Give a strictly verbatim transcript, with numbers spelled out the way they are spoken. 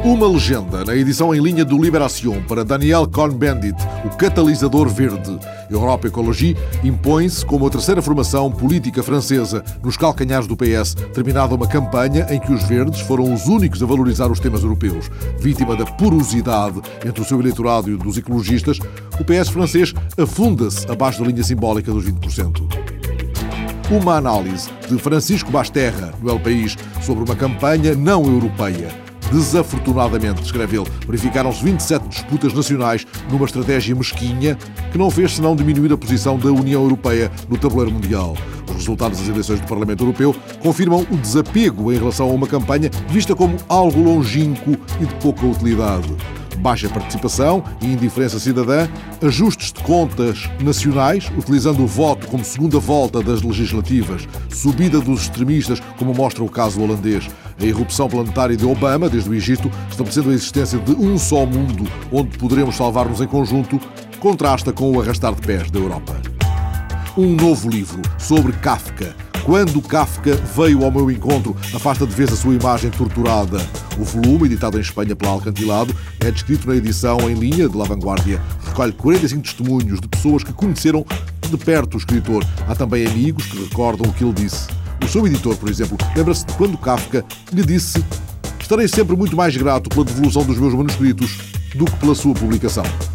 Uma legenda na edição em linha do Libération para Daniel Cohn-Bendit, o catalisador verde. Europa Ecologie impõe-se como a terceira formação política francesa nos calcanhares do P S, terminada uma campanha em que os verdes foram os únicos a valorizar os temas europeus. Vítima da porosidade entre o seu eleitorado e o dos ecologistas, o P S francês afunda-se abaixo da linha simbólica dos vinte por cento. Uma análise de Francisco Basterra, no El País, sobre uma campanha não europeia. Desafortunadamente, escreve ele, verificaram-se vinte e sete disputas nacionais numa estratégia mesquinha que não fez senão diminuir a posição da União Europeia no tabuleiro mundial. Os resultados das eleições do Parlamento Europeu confirmam o desapego em relação a uma campanha vista como algo longínquo e de pouca utilidade. Baixa participação e indiferença cidadã, ajustes de contas nacionais, utilizando o voto como segunda volta das legislativas, subida dos extremistas, como mostra o caso holandês, a irrupção planetária de Obama, desde o Egito, estabelecendo a existência de um só mundo, onde poderemos salvar-nos em conjunto, contrasta com o arrastar de pés da Europa. Um novo livro sobre Kafka. Quando Kafka veio ao meu encontro, afasta de vez a sua imagem torturada. O volume, editado em Espanha pela Alcantilado, é descrito na edição em linha de La Vanguardia. Recolhe quarenta e cinco testemunhos de pessoas que conheceram de perto o escritor. Há também amigos que recordam o que ele disse. O seu editor, por exemplo, lembra-se de quando Kafka lhe disse: "Estarei sempre muito mais grato pela devolução dos meus manuscritos do que pela sua publicação."